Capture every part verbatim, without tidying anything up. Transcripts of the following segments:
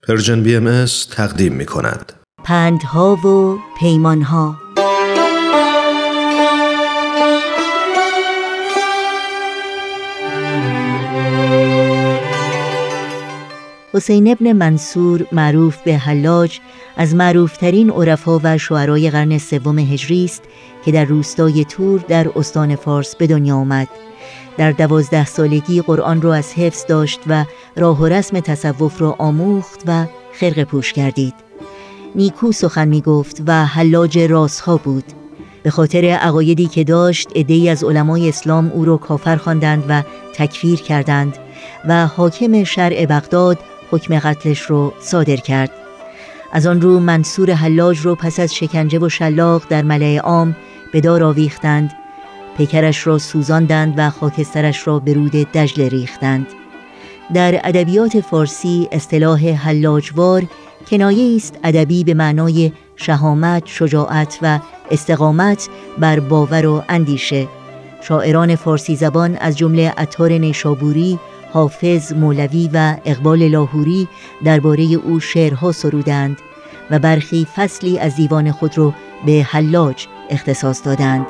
پرژن بی ام اس تقدیم می کند. پندها و پیمانها. حسین ابن منصور معروف به حلاج از معروفترین عرفا و شعرای قرن سوم هجری است که در روستای تور در استان فارس به دنیا آمد. در دوازده سالگی قرآن را از حفظ داشت و راه و رسم تصوف را آموخت و خرقه پوش گردید. نیکو سخن می گفت و حلاج راسخا بود. به خاطر عقایدی که داشت عده‌ای از علمای اسلام او را کافر خواندند و تکفیر کردند و حاکم شرع بغداد حکم قتلش را صادر کرد. از آن رو منصور حلاج را پس از شکنجه و شلاق در ملأ عام به دار آویختند، پیکرش را سوزاندند و خاکسترش را به رود دجله ریختند. در ادبیات فارسی اصطلاح حلاجوار کنایه است ادبی به معنای شهامت، شجاعت و استقامت بر باور و اندیشه. شاعران فارسی زبان از جمله عطار نیشابوری، حافظ، مولوی و اقبال لاهوری درباره او شعرها سرودند و برخی فصلی از دیوان خود را به حلاج اختصاص دادند.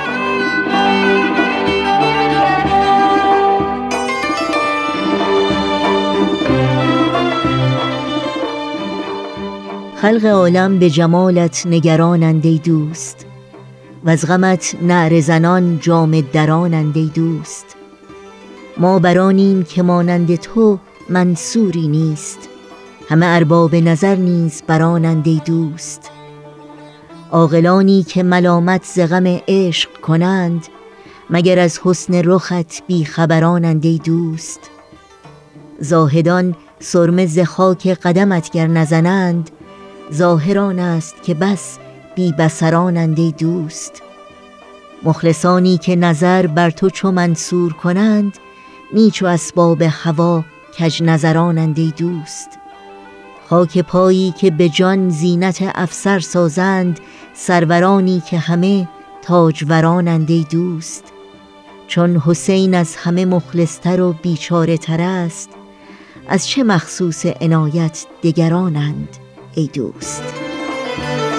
خلق عالم به جمالت نگرانند ای دوست، و از غمت نعره زنان جامه درانند ای دوست. ما برانیم که مانند تو منصوری نیست، همه ارباب نظر نیز برانند ای دوست. عاقلانی که ملامت ز غم عشق کنند، مگر از حسن رخت بی خبرانند ای دوست. زاهدان سرمه ز خاک قدمت گر نزنند، ظاهر آن است که بس بی بصرانند ای دوست. مخلصانی که نظر بر تو چو منصور کنند، نی چو اسباب هوا کج نظرانند ای دوست. خاک پایی که به جان زینت افسر سازند، سرورانی که همه تاجورانند ای دوست. چون حسین از همه مخلصتر و بیچاره تر است، از چه مخصوص عنایت دگرانند ای دوست.